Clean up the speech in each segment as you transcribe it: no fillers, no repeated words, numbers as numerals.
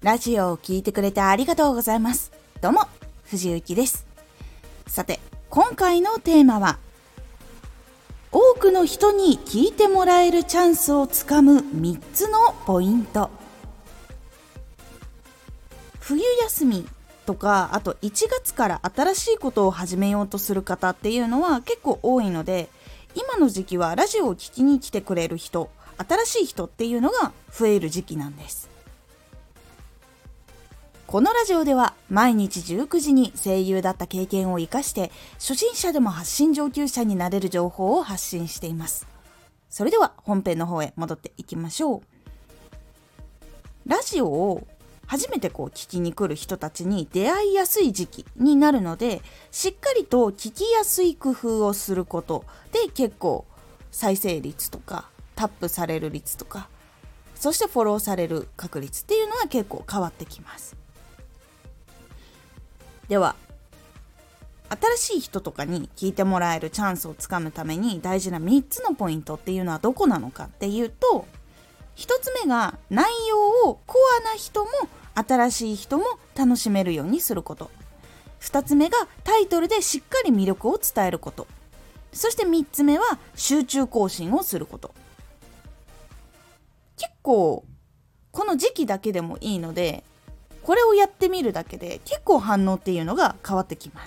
ラジオを聞いてくれてありがとうございます。どうも、藤幸です。さて、今回のテーマは、多くの人に聞いてもらえるチャンスをつかむ3つのポイント。冬休みとか、あと1月から新しいことを始めようとする方っていうのは結構多いので、今の時期はラジオを聞きに来てくれる人、新しい人っていうのが増える時期なんです。このラジオでは毎日19時に声優だった経験を生かして初心者でも発信上級者になれる情報を発信しています。それでは本編の方へ戻っていきましょう。ラジオを初めて聞きに来る人たちに出会いやすい時期になるので、しっかりと聞きやすい工夫をすることで結構再生率とかタップされる率とか、そしてフォローされる確率っていうのは結構変わってきます。では、新しい人とかに聞いてもらえるチャンスをつかむために大事な3つのポイントっていうのはどこなのかっていうと、1つ目が内容をコアな人も新しい人も楽しめるようにすること。2つ目がタイトルでしっかり魅力を伝えること。そして3つ目は集中更新をすること。結構この時期だけでもいいので、これをやってみるだけで結構反応っていうのが変わってきます。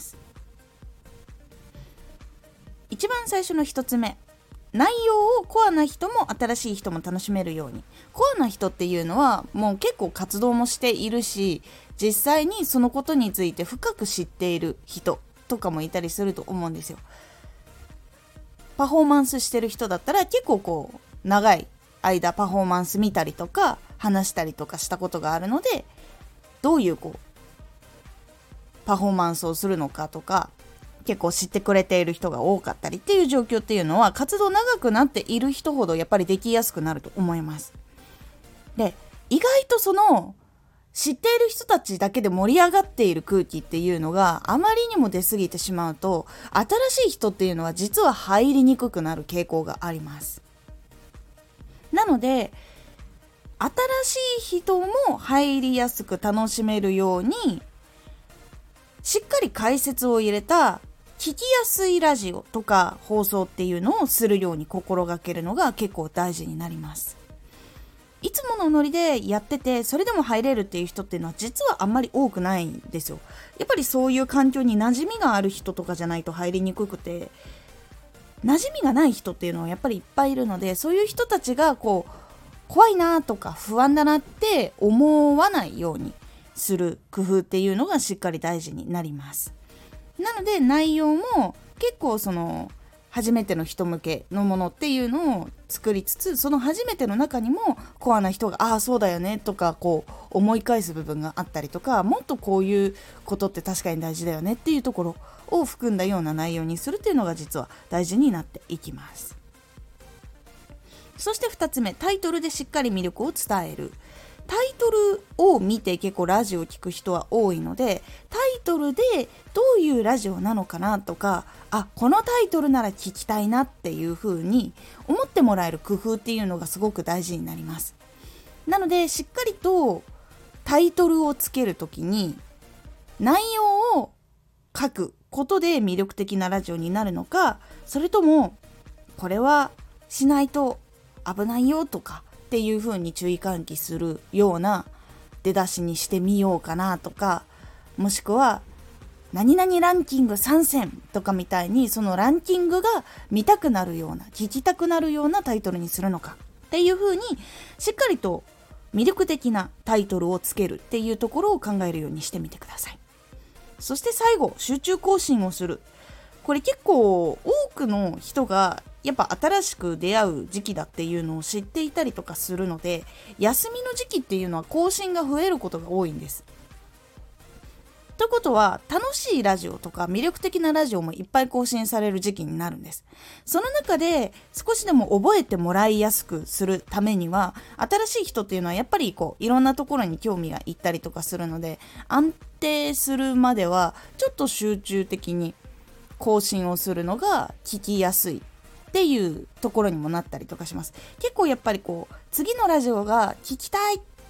一番最初の1つ目、内容をコアな人も新しい人も楽しめるように。コアな人っていうのはもう結構活動もしているし、実際にそのことについて深く知っている人とかもいたりすると思うんですよ。パフォーマンスしてる人だったら結構長い間パフォーマンス見たりとか話したりとかしたことがあるので、どういうパフォーマンスをするのかとか結構知ってくれている人が多かったりっていう状況っていうのは、活動長くなっている人ほどやっぱりできやすくなると思います。で、意外とその知っている人たちだけで盛り上がっている空気っていうのがあまりにも出過ぎてしまうと、新しい人っていうのは実は入りにくくなる傾向があります。なので、新しい人も入りやすく楽しめるように、しっかり解説を入れた聞きやすいラジオとか放送っていうのをするように心がけるのが結構大事になります。いつものノリでやっててそれでも入れるっていう人っていうのは実はあんまり多くないんですよ。やっぱりそういう環境に馴染みがある人とかじゃないと入りにくくて、馴染みがない人っていうのはやっぱりいっぱいいるので、そういう人たちが怖いなとか不安だなって思わないようにする工夫っていうのがしっかり大事になります。なので内容も結構初めての人向けのものっていうのを作りつつ、その初めての中にもコアな人がそうだよねとか思い返す部分があったりとか、もっとこういうことって確かに大事だよねっていうところを含んだような内容にするっていうのが実は大事になっていきます。そして2つ目、タイトルでしっかり魅力を伝える。タイトルを見て結構ラジオを聞く人は多いので、タイトルでどういうラジオなのかなとか、このタイトルなら聞きたいなっていう風に思ってもらえる工夫っていうのがすごく大事になります。なのでしっかりとタイトルをつけるときに内容を書くことで魅力的なラジオになるのか、それともこれはしないと危ないよとかっていう風に注意喚起するような出だしにしてみようかなとか、もしくは何々ランキング参戦とかみたいにそのランキングが見たくなるような、聞きたくなるようなタイトルにするのかっていう風にしっかりと魅力的なタイトルをつけるっていうところを考えるようにしてみてください。そして最後、集中更新をする。これ結構多くの人がやっぱ新しく出会う時期だっていうのを知っていたりとかするので、休みの時期っていうのは更新が増えることが多いんです。ということは、楽しいラジオとか魅力的なラジオもいっぱい更新される時期になるんです。その中で少しでも覚えてもらいやすくするためには、新しい人っていうのはやっぱりいろんなところに興味がいったりとかするので、安定するまではちょっと集中的に更新をするのが聞きやすいっていうところにもなったりとかします。結構やっぱり次のラジオが聞きたいっ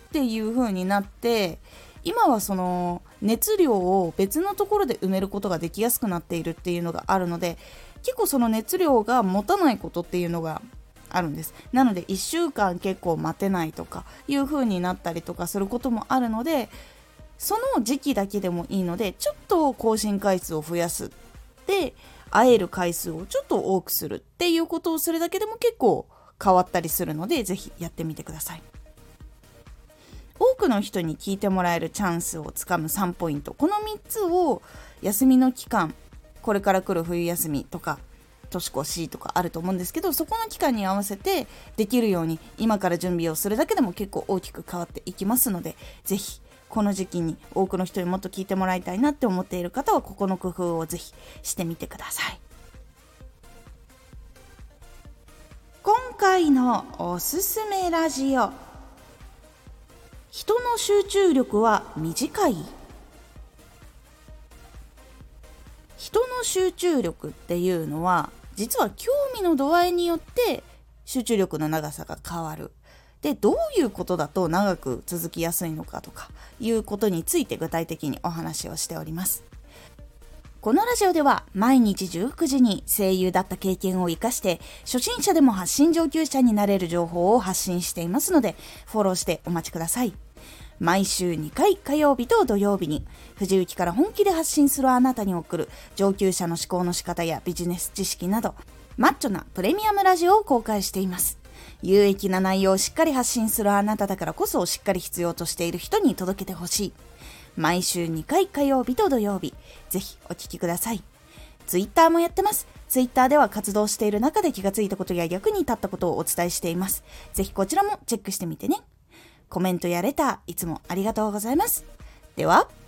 っていう風になって、今はその熱量を別のところで埋めることができやすくなっているっていうのがあるので、結構その熱量が持たないことっていうのがあるんです。なので1週間結構待てないとかいう風になったりとかすることもあるので、その時期だけでもいいので、ちょっと更新回数を増やす、で会える回数をちょっと多くするっていうことをするだけでも結構変わったりするので、ぜひやってみてください。多くの人に聞いてもらえるチャンスをつかむ3ポイント、この3つを休みの期間、これから来る冬休みとか年越しとかあると思うんですけど、そこの期間に合わせてできるように今から準備をするだけでも結構大きく変わっていきますので、ぜひこの時期に多くの人にもっと聞いてもらいたいなって思っている方は、ここの工夫をぜひしてみてください。今回のおすすめラジオ、人の集中力は短い。人の集中力っていうのは実は興味の度合いによって集中力の長さが変わる。で、どういうことだと長く続きやすいのかとかいうことについて具体的にお話をしております。このラジオでは毎日19時に声優だった経験を生かして初心者でも発信上級者になれる情報を発信していますので、フォローしてお待ちください。毎週2回、火曜日と土曜日に藤雪から本気で発信するあなたに送る上級者の思考の仕方やビジネス知識などマッチョなプレミアムラジオを公開しています。有益な内容をしっかり発信するあなただからこそ、しっかり必要としている人に届けてほしい。毎週2回、火曜日と土曜日、ぜひお聞きください。ツイッターもやってます。ツイッターでは活動している中で気がついたことや役に立ったことをお伝えしています。ぜひこちらもチェックしてみてね。コメントやレターいつもありがとうございます。では。